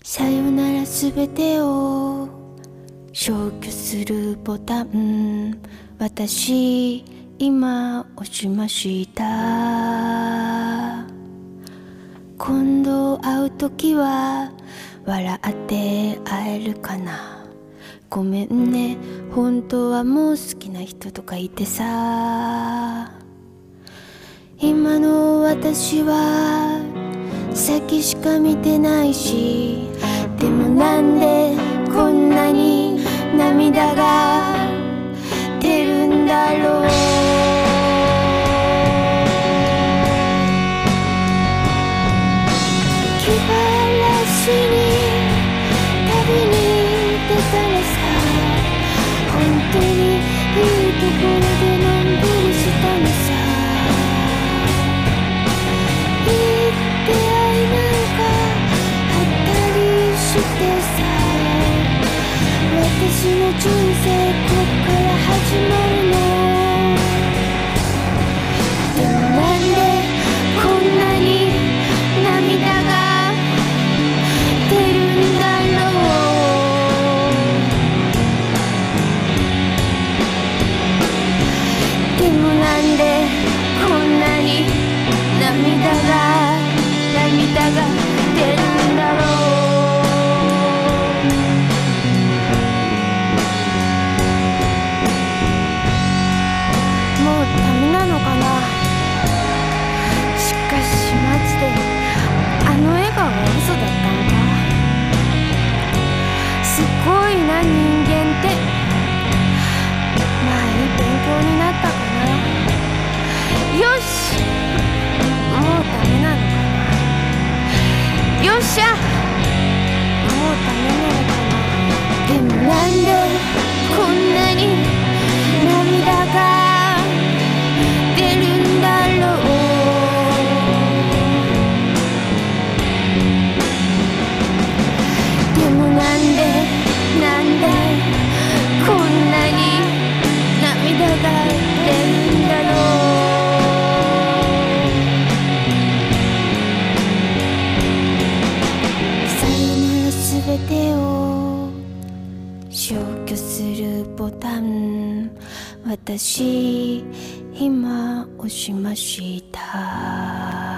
さよならすべてを消去するボタン、私今押しました。今度会うときは笑って会えるかな。ごめんね、本当はもう好きな人とかいてさ。今の私は先しか見てないし、でもなんでこんなに涙が出るんだろう。気晴らしに旅に出たらさ、本当にいいところでのんびりしたのさ。いい出会いなんかあったりしてさ、私の人生こっから始まるの。でもなんでこんなに涙が出るんだろう。でもなんでこんなに涙が出るんだろう。もうダメなのかな。しかしマジであの笑顔は嘘だったんか。すごいな人間って。まあいい勉強になったかな。よし、もうダメなのかな。よっしゃ、もうダメなのかな。でもなんでこんなに涙が出るんだろう。でもなんでこんなに涙が出るんだろう。さよならすべてを消去するボタン、私今押しました。